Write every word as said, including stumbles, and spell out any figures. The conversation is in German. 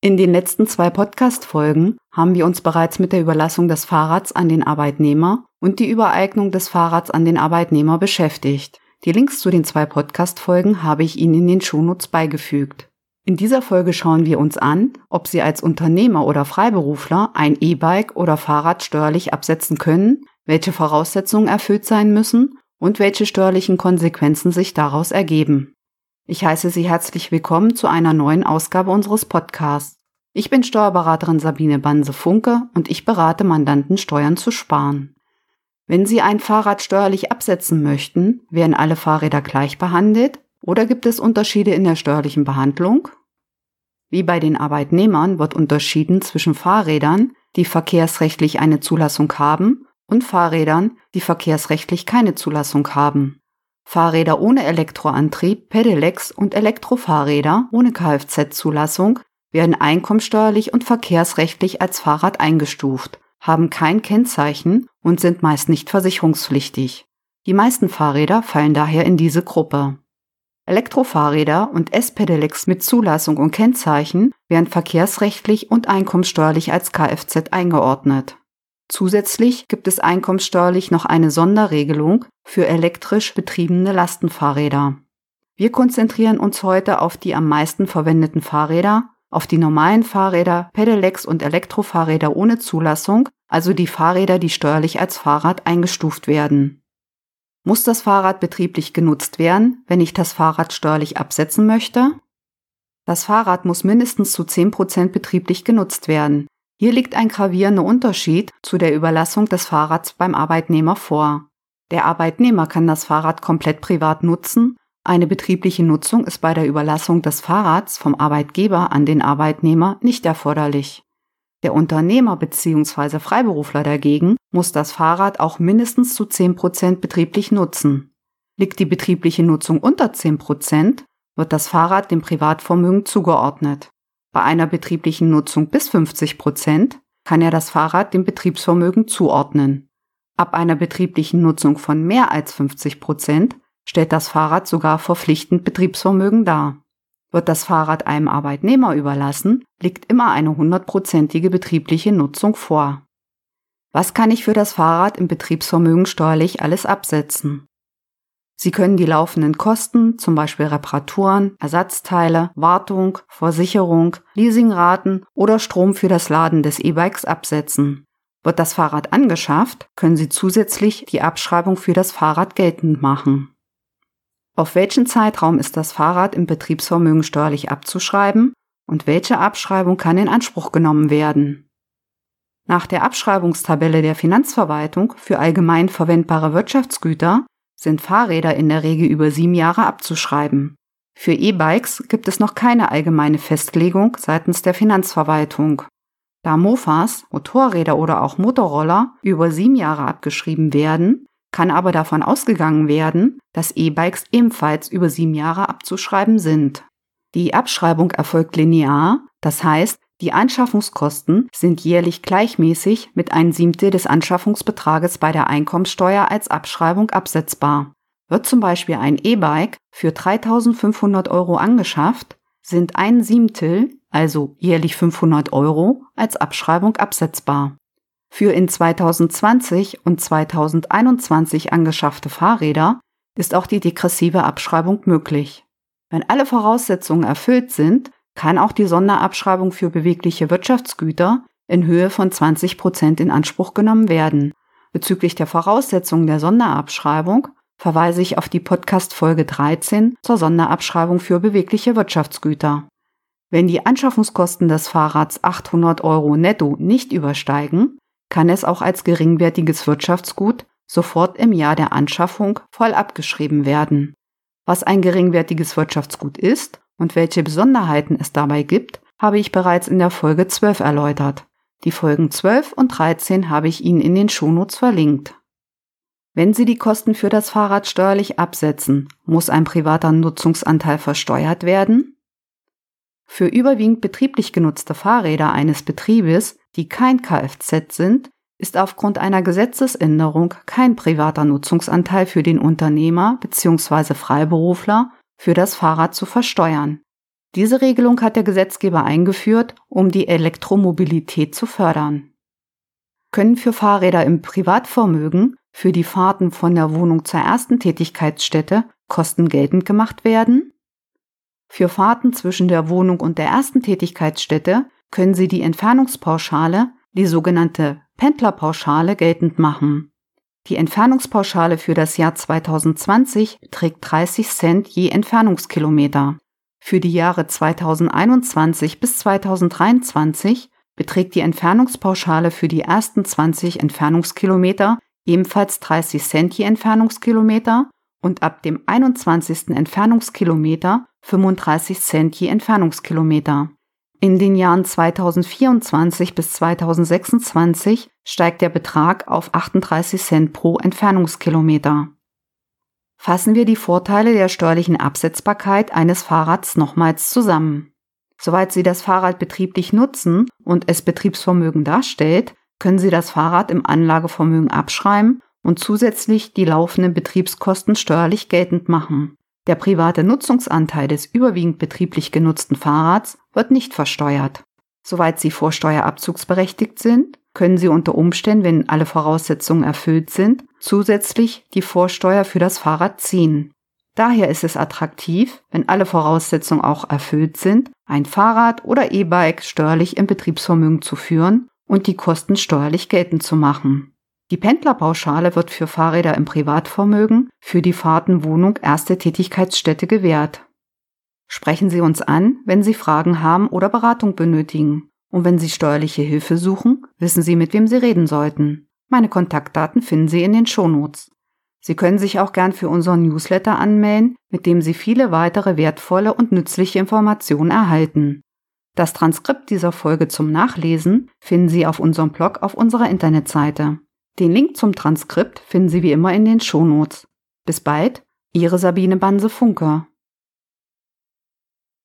In den letzten zwei Podcast-Folgen haben wir uns bereits mit der Überlassung des Fahrrads an den Arbeitnehmer und die Übereignung des Fahrrads an den Arbeitnehmer beschäftigt. Die Links zu den zwei Podcast-Folgen habe ich Ihnen in den Shownotes beigefügt. In dieser Folge schauen wir uns an, ob Sie als Unternehmer oder Freiberufler ein E-Bike oder Fahrrad steuerlich absetzen können, welche Voraussetzungen erfüllt sein müssen und welche steuerlichen Konsequenzen sich daraus ergeben. Ich heiße Sie herzlich willkommen zu einer neuen Ausgabe unseres Podcasts. Ich bin Steuerberaterin Sabine Banse-Funke und ich berate Mandanten, Steuern zu sparen. Wenn Sie ein Fahrrad steuerlich absetzen möchten, werden alle Fahrräder gleich behandelt oder gibt es Unterschiede in der steuerlichen Behandlung? Wie bei den Arbeitnehmern wird unterschieden zwischen Fahrrädern, die verkehrsrechtlich eine Zulassung haben, und Fahrrädern, die verkehrsrechtlich keine Zulassung haben. Fahrräder ohne Elektroantrieb, Pedelecs und Elektrofahrräder ohne Kfz-Zulassung werden einkommensteuerlich und verkehrsrechtlich als Fahrrad eingestuft, haben kein Kennzeichen und sind meist nicht versicherungspflichtig. Die meisten Fahrräder fallen daher in diese Gruppe. Elektrofahrräder und S-Pedelecs mit Zulassung und Kennzeichen werden verkehrsrechtlich und einkommensteuerlich als Kfz eingeordnet. Zusätzlich gibt es einkommensteuerlich noch eine Sonderregelung für elektrisch betriebene Lastenfahrräder. Wir konzentrieren uns heute auf die am meisten verwendeten Fahrräder, auf die normalen Fahrräder, Pedelecs und Elektrofahrräder ohne Zulassung, also die Fahrräder, die steuerlich als Fahrrad eingestuft werden. Muss das Fahrrad betrieblich genutzt werden, wenn ich das Fahrrad steuerlich absetzen möchte? Das Fahrrad muss mindestens zu zehn Prozent betrieblich genutzt werden. Hier liegt ein gravierender Unterschied zu der Überlassung des Fahrrads beim Arbeitnehmer vor. Der Arbeitnehmer kann das Fahrrad komplett privat nutzen. Eine betriebliche Nutzung ist bei der Überlassung des Fahrrads vom Arbeitgeber an den Arbeitnehmer nicht erforderlich. Der Unternehmer bzw. Freiberufler dagegen muss das Fahrrad auch mindestens zu zehn Prozent betrieblich nutzen. Liegt die betriebliche Nutzung unter zehn Prozent, wird das Fahrrad dem Privatvermögen zugeordnet. Bei einer betrieblichen Nutzung bis fünfzig Prozent kann er das Fahrrad dem Betriebsvermögen zuordnen. Ab einer betrieblichen Nutzung von mehr als fünfzig Prozent stellt das Fahrrad sogar verpflichtend Betriebsvermögen dar. Wird das Fahrrad einem Arbeitnehmer überlassen, liegt immer eine hundertprozentige betriebliche Nutzung vor. Was kann ich für das Fahrrad im Betriebsvermögen steuerlich alles absetzen? Sie können die laufenden Kosten, zum Beispiel Reparaturen, Ersatzteile, Wartung, Versicherung, Leasingraten oder Strom für das Laden des E-Bikes absetzen. Wird das Fahrrad angeschafft, können Sie zusätzlich die Abschreibung für das Fahrrad geltend machen. Auf welchen Zeitraum ist das Fahrrad im Betriebsvermögen steuerlich abzuschreiben und welche Abschreibung kann in Anspruch genommen werden? Nach der Abschreibungstabelle der Finanzverwaltung für allgemein verwendbare Wirtschaftsgüter sind Fahrräder in der Regel über sieben Jahre abzuschreiben. Für E-Bikes gibt es noch keine allgemeine Festlegung seitens der Finanzverwaltung. Da Mofas, Motorräder oder auch Motorroller über sieben Jahre abgeschrieben werden, kann aber davon ausgegangen werden, dass E-Bikes ebenfalls über sieben Jahre abzuschreiben sind. Die Abschreibung erfolgt linear, das heißt, die Anschaffungskosten sind jährlich gleichmäßig mit ein Siebtel des Anschaffungsbetrages bei der Einkommensteuer als Abschreibung absetzbar. Wird zum Beispiel ein E-Bike für dreitausendfünfhundert Euro angeschafft, sind ein Siebtel, also jährlich fünfhundert Euro, als Abschreibung absetzbar. Für in zweitausendzwanzig und zweitausendeinundzwanzig angeschaffte Fahrräder ist auch die degressive Abschreibung möglich. Wenn alle Voraussetzungen erfüllt sind, kann auch die Sonderabschreibung für bewegliche Wirtschaftsgüter in Höhe von zwanzig Prozent in Anspruch genommen werden. Bezüglich der Voraussetzungen der Sonderabschreibung verweise ich auf die Podcast-Folge dreizehn zur Sonderabschreibung für bewegliche Wirtschaftsgüter. Wenn die Anschaffungskosten des Fahrrads achthundert Euro netto nicht übersteigen, kann es auch als geringwertiges Wirtschaftsgut sofort im Jahr der Anschaffung voll abgeschrieben werden. Was ein geringwertiges Wirtschaftsgut ist und welche Besonderheiten es dabei gibt, habe ich bereits in der Folge zwölf erläutert. Die Folgen zwölf und dreizehn habe ich Ihnen in den Shownotes verlinkt. Wenn Sie die Kosten für das Fahrrad steuerlich absetzen, muss ein privater Nutzungsanteil versteuert werden? Für überwiegend betrieblich genutzte Fahrräder eines Betriebes, die kein Kfz sind, ist aufgrund einer Gesetzesänderung kein privater Nutzungsanteil für den Unternehmer bzw. Freiberufler für das Fahrrad zu versteuern. Diese Regelung hat der Gesetzgeber eingeführt, um die Elektromobilität zu fördern. Können für Fahrräder im Privatvermögen für die Fahrten von der Wohnung zur ersten Tätigkeitsstätte Kosten geltend gemacht werden? Für Fahrten zwischen der Wohnung und der ersten Tätigkeitsstätte können Sie die Entfernungspauschale, die sogenannte Pendlerpauschale, geltend machen. Die Entfernungspauschale für das Jahr zweitausendzwanzig beträgt dreißig Cent je Entfernungskilometer. Für die Jahre zweitausendeinundzwanzig bis zweitausenddreiundzwanzig beträgt die Entfernungspauschale für die ersten zwanzig Entfernungskilometer ebenfalls dreißig Cent je Entfernungskilometer und ab dem einundzwanzigsten Entfernungskilometer fünfunddreißig Cent je Entfernungskilometer. In den Jahren zweitausendvierundzwanzig bis zweitausendsechsundzwanzig steigt der Betrag auf achtunddreißig Cent pro Entfernungskilometer. Fassen wir die Vorteile der steuerlichen Absetzbarkeit eines Fahrrads nochmals zusammen. Soweit Sie das Fahrrad betrieblich nutzen und es Betriebsvermögen darstellt, können Sie das Fahrrad im Anlagevermögen abschreiben und zusätzlich die laufenden Betriebskosten steuerlich geltend machen. Der private Nutzungsanteil des überwiegend betrieblich genutzten Fahrrads wird nicht versteuert. Soweit Sie vorsteuerabzugsberechtigt sind, können Sie unter Umständen, wenn alle Voraussetzungen erfüllt sind, zusätzlich die Vorsteuer für das Fahrrad ziehen. Daher ist es attraktiv, wenn alle Voraussetzungen auch erfüllt sind, ein Fahrrad oder E-Bike steuerlich im Betriebsvermögen zu führen und die Kosten steuerlich geltend zu machen. Die Pendlerpauschale wird für Fahrräder im Privatvermögen für die Fahrten Wohnung erste Tätigkeitsstätte gewährt. Sprechen Sie uns an, wenn Sie Fragen haben oder Beratung benötigen. Und wenn Sie steuerliche Hilfe suchen, wissen Sie, mit wem Sie reden sollten. Meine Kontaktdaten finden Sie in den Shownotes. Sie können sich auch gern für unseren Newsletter anmelden, mit dem Sie viele weitere wertvolle und nützliche Informationen erhalten. Das Transkript dieser Folge zum Nachlesen finden Sie auf unserem Blog auf unserer Internetseite. Den Link zum Transkript finden Sie wie immer in den Shownotes. Bis bald, Ihre Sabine Banse-Funke.